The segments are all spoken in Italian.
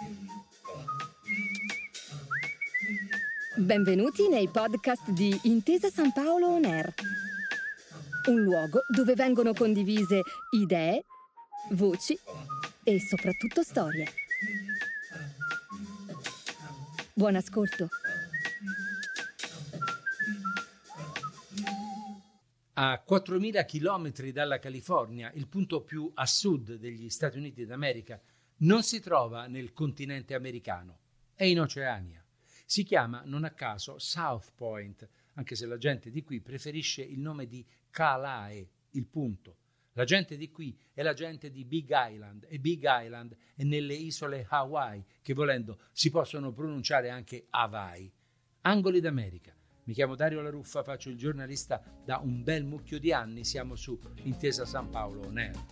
Benvenuti nei podcast di Intesa San Paolo On Air, un luogo dove vengono condivise idee, voci e soprattutto storie. Buon ascolto. A 4.000 chilometri dalla California, il punto più a sud degli Stati Uniti d'America, non si trova nel continente americano, è in Oceania. Si chiama, non a caso, South Point, anche se la gente di qui preferisce il nome di Kalae, il punto. La gente di qui è la gente di Big Island, e Big Island è nelle isole Hawaii, che volendo si possono pronunciare anche Hawaii. Angoli d'America. Mi chiamo Dario La Ruffa, faccio il giornalista da un bel mucchio di anni, siamo su Intesa San Paolo On Air.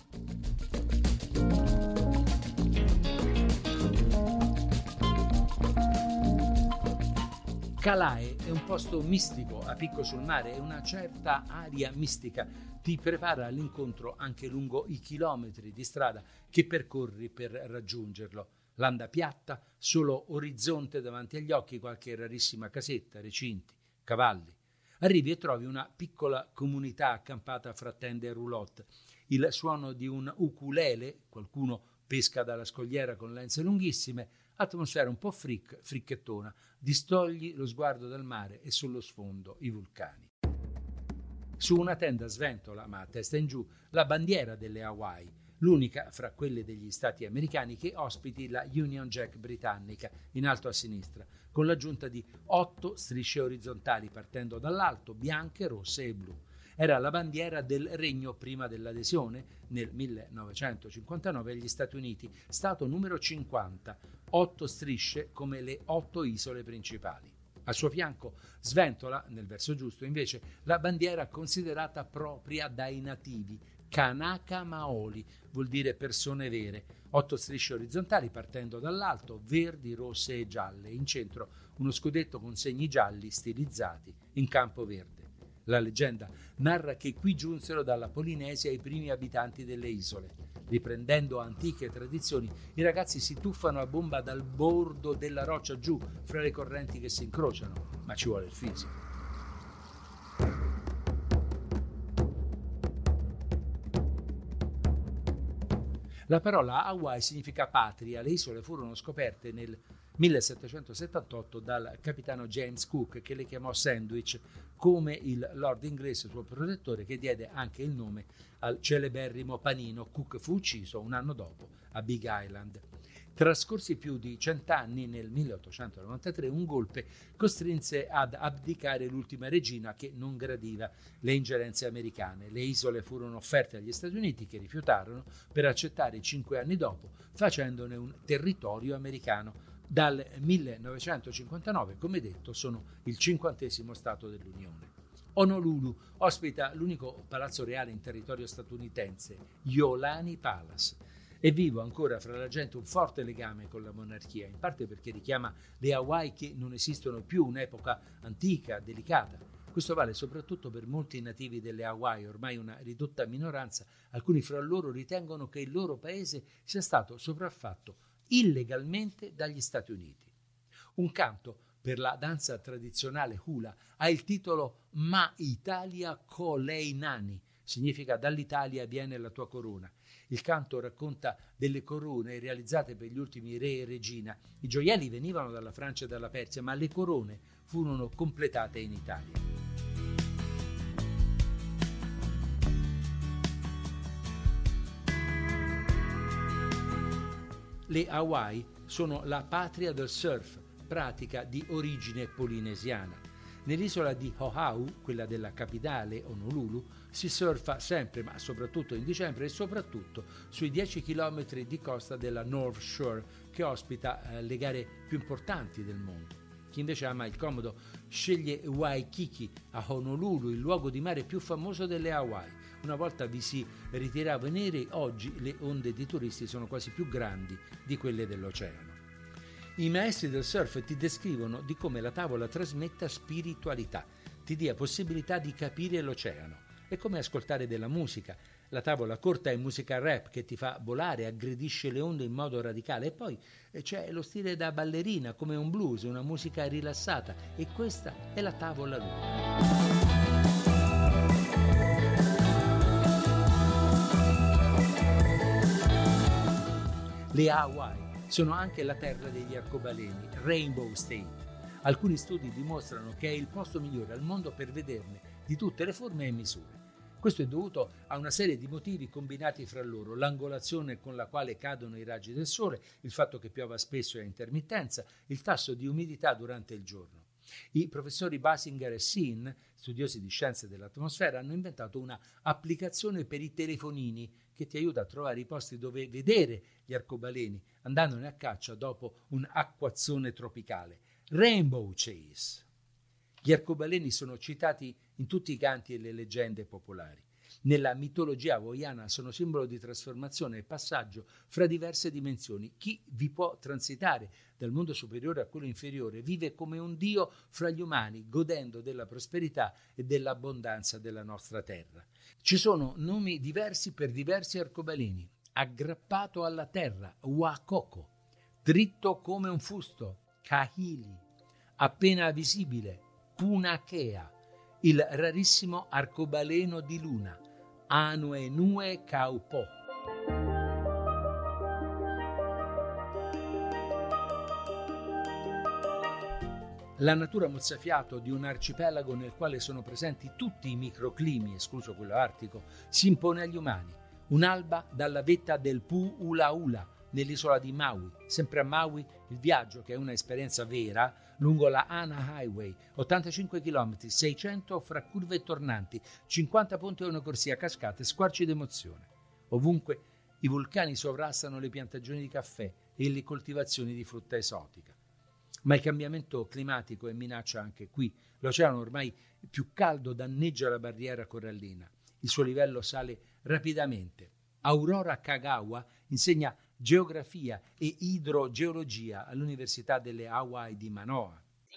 Kalae è un posto mistico a picco sul mare e una certa aria mistica ti prepara all'incontro anche lungo i chilometri di strada che percorri per raggiungerlo. Landa piatta, solo orizzonte davanti agli occhi, qualche rarissima casetta, recinti, cavalli. Arrivi e trovi una piccola comunità accampata fra tende e roulotte. Il suono di un ukulele, qualcuno pesca dalla scogliera con lenze lunghissime, atmosfera un po' fricchettona, distogli lo sguardo dal mare e sullo sfondo i vulcani. Su una tenda sventola, ma a testa in giù, la bandiera delle Hawaii, l'unica fra quelle degli stati americani che ospiti la Union Jack britannica, in alto a sinistra, con l'aggiunta di 8 strisce orizzontali partendo dall'alto, bianche, rosse e blu. Era la bandiera del regno prima dell'adesione, nel 1959, agli Stati Uniti, stato numero 50, 8 strisce come le 8 isole principali. Al suo fianco sventola, nel verso giusto, invece, la bandiera considerata propria dai nativi, Kanaka Maoli, vuol dire persone vere. 8 strisce orizzontali partendo dall'alto, verdi, rosse e gialle. In centro uno scudetto con segni gialli stilizzati in campo verde. La leggenda narra che qui giunsero dalla Polinesia i primi abitanti delle isole. Riprendendo antiche tradizioni, i ragazzi si tuffano a bomba dal bordo della roccia giù, fra le correnti che si incrociano, ma ci vuole il fisico. La parola Hawaii significa patria. Le isole furono scoperte nel 1778 dal capitano James Cook, che le chiamò Sandwich, come il lord inglese suo protettore, che diede anche il nome al celeberrimo panino. Cook fu ucciso un anno dopo a Big Island. Trascorsi più di 100 anni, nel 1893 un golpe costrinse ad abdicare l'ultima regina che non gradiva le ingerenze americane. Le isole furono offerte agli Stati Uniti, che rifiutarono, per accettare 5 anni dopo, facendone un territorio americano. Dal 1959, come detto, sono il 50° Stato dell'Unione. Honolulu ospita l'unico palazzo reale in territorio statunitense, Iolani Palace. È vivo ancora fra la gente un forte legame con la monarchia, in parte perché richiama le Hawaii che non esistono più, un'epoca antica, delicata. Questo vale soprattutto per molti nativi delle Hawaii, ormai una ridotta minoranza. Alcuni fra loro ritengono che il loro paese sia stato sopraffatto illegalmente dagli Stati Uniti. Un canto per la danza tradizionale hula ha il titolo Ma Italia Koleinani, significa dall'Italia viene la tua corona. Il canto racconta delle corone realizzate per gli ultimi re e regina. I gioielli venivano dalla Francia e dalla Persia, ma le corone furono completate in Italia. Le Hawaii sono la patria del surf, pratica di origine polinesiana. Nell'isola di Oahu, quella della capitale Honolulu, si surfa sempre, ma soprattutto in dicembre, e soprattutto sui 10 km di costa della North Shore, che ospita le gare più importanti del mondo. Chi invece ama il comodo sceglie Waikiki a Honolulu, il luogo di mare più famoso delle Hawaii. Una volta vi si ritirava i neri, oggi le onde di turisti sono quasi più grandi di quelle dell'oceano. I maestri del surf ti descrivono di come la tavola trasmetta spiritualità, ti dia possibilità di capire l'oceano. È come ascoltare della musica. La tavola corta è musica rap che ti fa volare, aggredisce le onde in modo radicale, e poi c'è lo stile da ballerina, come un blues, una musica rilassata, e questa è la tavola lunga. Le Hawaii sono anche la terra degli arcobaleni, Rainbow State. Alcuni studi dimostrano che è il posto migliore al mondo per vederne di tutte le forme e misure. Questo è dovuto a una serie di motivi combinati fra loro: l'angolazione con la quale cadono i raggi del sole, il fatto che piova spesso e a intermittenza, il tasso di umidità durante il giorno. I professori Basinger e Seen, studiosi di scienze dell'atmosfera, hanno inventato una applicazione per i telefonini che ti aiuta a trovare i posti dove vedere gli arcobaleni, andandone a caccia dopo un acquazzone tropicale. Rainbow Chase. Gli arcobaleni sono citati in tutti i canti e le leggende popolari. Nella mitologia hawaiana sono simbolo di trasformazione e passaggio fra diverse dimensioni. Chi vi può transitare dal mondo superiore a quello inferiore vive come un dio fra gli umani, godendo della prosperità e dell'abbondanza della nostra terra. Ci sono nomi diversi per diversi arcobaleni: aggrappato alla terra, Wakoko; dritto come un fusto, Kahili; appena visibile, Punakea; il rarissimo arcobaleno di luna, Anue Nue Kaupo. La natura mozzafiato di un arcipelago nel quale sono presenti tutti i microclimi, escluso quello artico, si impone agli umani. Un'alba dalla vetta del Pu'ulaula, nell'isola di Maui. Sempre a Maui il viaggio, che è un'esperienza vera, lungo la Hana Highway, 85 km, 600 fra curve e tornanti, 50 ponti e una corsia a cascate, squarci d'emozione. Ovunque i vulcani sovrastano le piantagioni di caffè e le coltivazioni di frutta esotica. Ma il cambiamento climatico è minaccia anche qui. L'oceano ormai più caldo danneggia la barriera corallina. Il suo livello sale rapidamente. Aurora Kagawa insegna geografia e idrogeologia all'Università delle Hawaii di Manoa.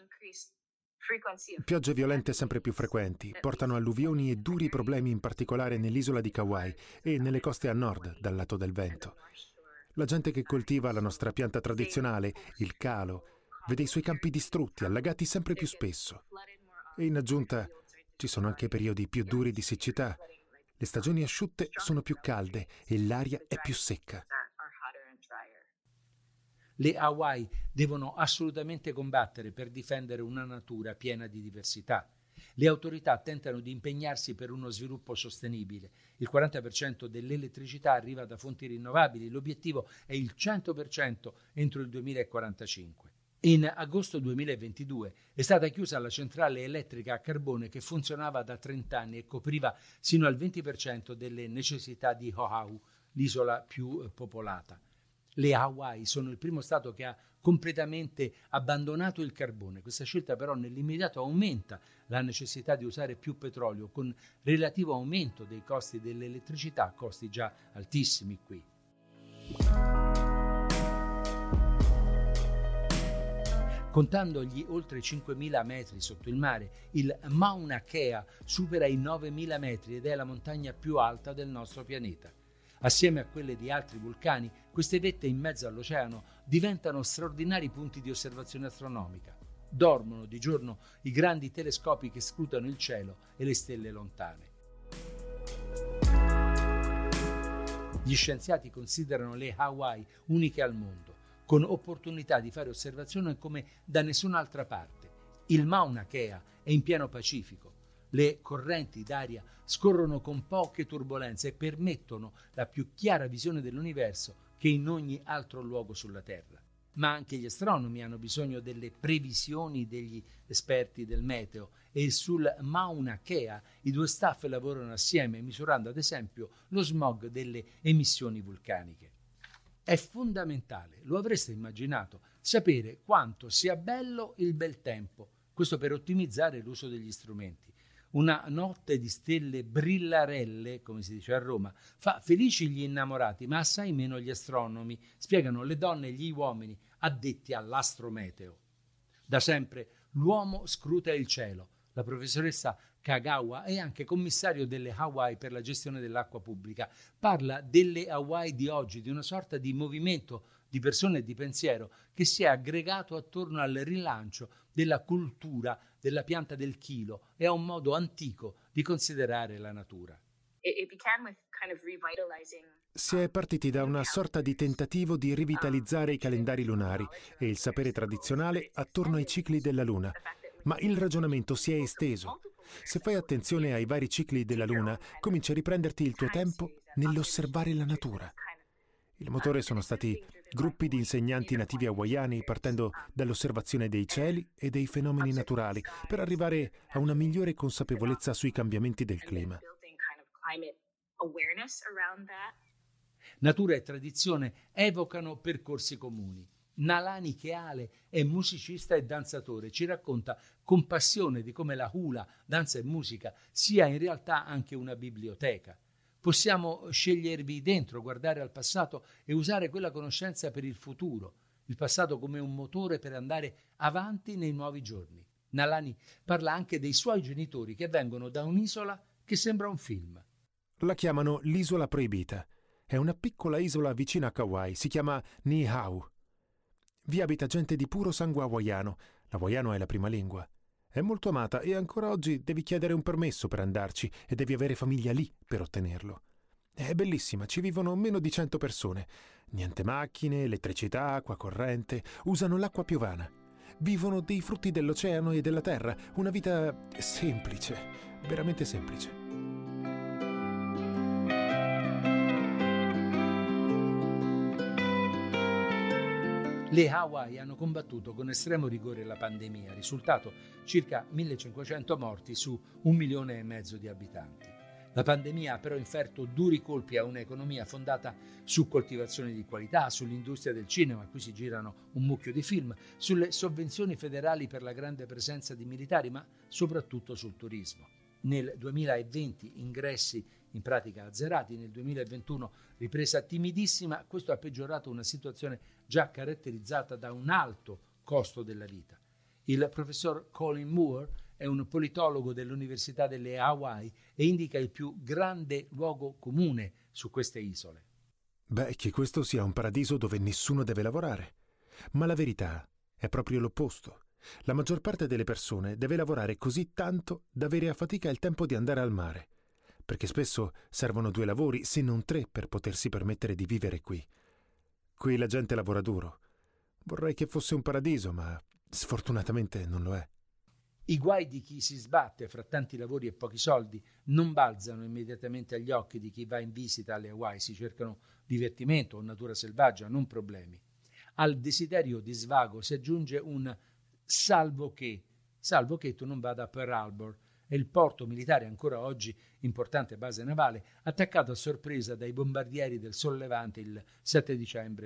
Piogge violente sempre più frequenti portano alluvioni e duri problemi, in particolare nell'isola di Kauai e nelle coste a nord, dal lato del vento. La gente che coltiva la nostra pianta tradizionale, il kalo, vede i suoi campi distrutti, allagati sempre più spesso. E in aggiunta ci sono anche periodi più duri di siccità. Le stagioni asciutte sono più calde e l'aria è più secca. Le Hawaii devono assolutamente combattere per difendere una natura piena di diversità. Le autorità tentano di impegnarsi per uno sviluppo sostenibile. Il 40% dell'elettricità arriva da fonti rinnovabili, l'obiettivo è il 100% entro il 2045. In agosto 2022 è stata chiusa la centrale elettrica a carbone che funzionava da 30 anni e copriva sino al 20% delle necessità di Oahu, l'isola più popolata. Le Hawaii sono il primo stato che ha completamente abbandonato il carbone. Questa scelta però nell'immediato aumenta la necessità di usare più petrolio, con relativo aumento dei costi dell'elettricità, costi già altissimi qui. Contando gli oltre 5.000 metri sotto il mare, il Mauna Kea supera i 9.000 metri ed è la montagna più alta del nostro pianeta. Assieme a quelle di altri vulcani, queste vette in mezzo all'oceano diventano straordinari punti di osservazione astronomica. Dormono di giorno i grandi telescopi che scrutano il cielo e le stelle lontane. Gli scienziati considerano le Hawaii uniche al mondo, con opportunità di fare osservazioni come da nessun'altra parte. Il Mauna Kea è in pieno Pacifico. Le correnti d'aria scorrono con poche turbolenze e permettono la più chiara visione dell'universo che in ogni altro luogo sulla Terra. Ma anche gli astronomi hanno bisogno delle previsioni degli esperti del meteo e sul Mauna Kea i due staff lavorano assieme, misurando ad esempio lo smog delle emissioni vulcaniche. È fondamentale, lo avreste immaginato, sapere quanto sia bello il bel tempo, questo per ottimizzare l'uso degli strumenti. Una notte di stelle brillarelle, come si dice a Roma, fa felici gli innamorati, ma assai meno gli astronomi, spiegano le donne e gli uomini addetti all'astrometeo. Da sempre l'uomo scruta il cielo. La professoressa Kagawa è anche commissario delle Hawaii per la gestione dell'acqua pubblica. Parla delle Hawaii di oggi, di una sorta di movimento di persone e di pensiero che si è aggregato attorno al rilancio della cultura della pianta del chilo e a un modo antico di considerare la natura. Si è partiti da una sorta di tentativo di rivitalizzare i calendari lunari e il sapere tradizionale attorno ai cicli della Luna, ma il ragionamento si è esteso. Se fai attenzione ai vari cicli della Luna, cominci a riprenderti il tuo tempo nell'osservare la natura. Il motore sono stati gruppi di insegnanti nativi hawaiani partendo dall'osservazione dei cieli e dei fenomeni naturali per arrivare a una migliore consapevolezza sui cambiamenti del clima. Natura e tradizione evocano percorsi comuni. Nalani Keale è musicista e danzatore, ci racconta con passione di come la hula, danza e musica, sia in realtà anche una biblioteca. Possiamo scegliervi dentro, guardare al passato e usare quella conoscenza per il futuro, il passato come un motore per andare avanti nei nuovi giorni. Nalani parla anche dei suoi genitori che vengono da un'isola che sembra un film. La chiamano l'isola proibita. È una piccola isola vicino a Kauai, si chiama Niihau. Vi abita gente di puro sangue hawaiano. L'hawaiano è la prima lingua. È molto amata e ancora oggi devi chiedere un permesso per andarci e devi avere famiglia lì per ottenerlo. È bellissima, ci vivono meno di 100 persone. Niente macchine, elettricità, acqua corrente, usano l'acqua piovana. Vivono dei frutti dell'oceano e della terra, una vita semplice, veramente semplice. Le Hawaii hanno combattuto con estremo rigore la pandemia, risultato circa 1500 morti su 1,5 milioni di abitanti. La pandemia ha però inferto duri colpi a un'economia fondata su coltivazione di qualità, sull'industria del cinema, qui si girano un mucchio di film, sulle sovvenzioni federali per la grande presenza di militari, ma soprattutto sul turismo. Nel 2020 ingressi in pratica azzerati, nel 2021 ripresa timidissima, questo ha peggiorato una situazione già caratterizzata da un alto costo della vita. Il professor Colin Moore è un politologo dell'Università delle Hawaii e indica il più grande luogo comune su queste isole. Che questo sia un paradiso dove nessuno deve lavorare. Ma la verità è proprio l'opposto. La maggior parte delle persone deve lavorare così tanto da avere a fatica il tempo di andare al mare, perché spesso servono 2 lavori, se non 3, per potersi permettere di vivere qui. Qui la gente lavora duro. Vorrei che fosse un paradiso, ma sfortunatamente non lo è. I guai di chi si sbatte fra tanti lavori e pochi soldi non balzano immediatamente agli occhi di chi va in visita alle Hawaii, si cercano divertimento o natura selvaggia, non problemi. Al desiderio di svago si aggiunge un salvo che tu non vada a Pearl Harbor, è il porto militare ancora oggi importante base navale, attaccato a sorpresa dai bombardieri del Sollevante il 7 dicembre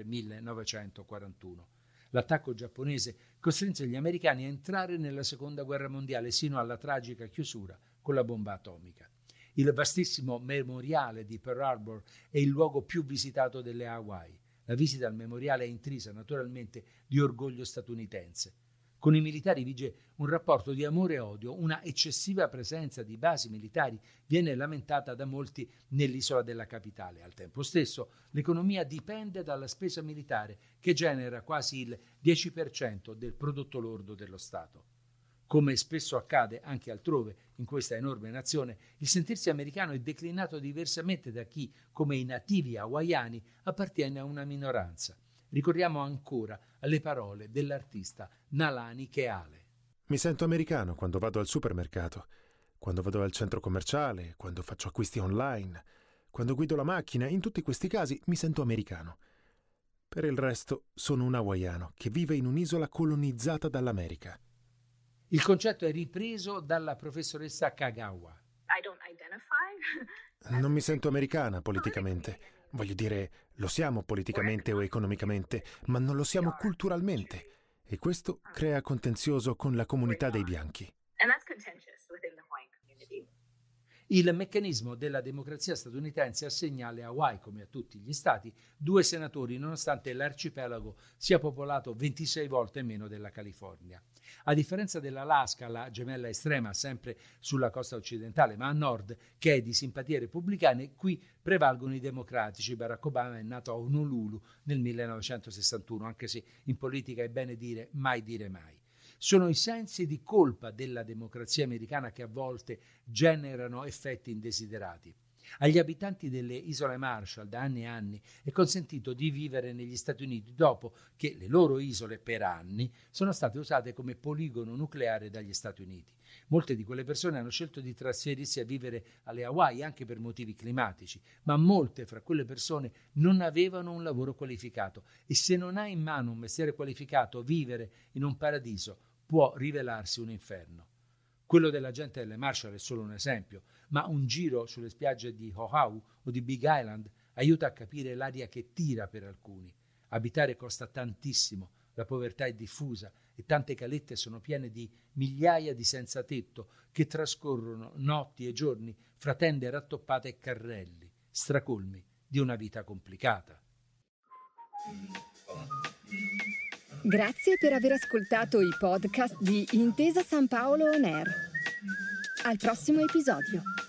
1941. L'attacco giapponese costrinse gli americani a entrare nella seconda guerra mondiale sino alla tragica chiusura con la bomba atomica. Il vastissimo memoriale di Pearl Harbor è il luogo più visitato delle Hawaii. La visita al memoriale è intrisa naturalmente di orgoglio statunitense. Con i militari vige un rapporto di amore e odio, una eccessiva presenza di basi militari viene lamentata da molti nell'isola della capitale. Al tempo stesso l'economia dipende dalla spesa militare che genera quasi il 10% del prodotto lordo dello Stato. Come spesso accade anche altrove in questa enorme nazione, il sentirsi americano è declinato diversamente da chi, come i nativi hawaiani, appartiene a una minoranza. Ricordiamo ancora alle parole dell'artista Nalani Keale. Mi sento americano quando vado al supermercato, quando vado al centro commerciale, quando faccio acquisti online, quando guido la macchina. In tutti questi casi mi sento americano. Per il resto sono un hawaiano che vive in un'isola colonizzata dall'America. Il concetto è ripreso dalla professoressa Kagawa. Non mi sento americana politicamente. Voglio dire, lo siamo politicamente o economicamente, ma non lo siamo culturalmente. E questo crea contenzioso con la comunità dei bianchi. Il meccanismo della democrazia statunitense assegna alle Hawaii, come a tutti gli stati, 2 senatori, nonostante l'arcipelago sia popolato 26 volte meno della California. A differenza dell'Alaska, la gemella estrema, sempre sulla costa occidentale, ma a nord, che è di simpatie repubblicane, qui prevalgono i democratici. Barack Obama è nato a Honolulu nel 1961, anche se in politica è bene dire mai dire mai. Sono i sensi di colpa della democrazia americana che a volte generano effetti indesiderati. Agli abitanti delle isole Marshall da anni e anni è consentito di vivere negli Stati Uniti dopo che le loro isole per anni sono state usate come poligono nucleare dagli Stati Uniti. Molte di quelle persone hanno scelto di trasferirsi a vivere alle Hawaii anche per motivi climatici, ma molte fra quelle persone non avevano un lavoro qualificato e se non hai in mano un mestiere qualificato, vivere in un paradiso può rivelarsi un inferno. Quello della gente delle Marshall è solo un esempio, ma un giro sulle spiagge di Oahu o di Big Island aiuta a capire l'aria che tira per alcuni. Abitare costa tantissimo, la povertà è diffusa e tante calette sono piene di migliaia di senza tetto che trascorrono notti e giorni fra tende rattoppate e carrelli, stracolmi di una vita complicata. Grazie per aver ascoltato i podcast di Intesa San Paolo On Air. Al prossimo episodio.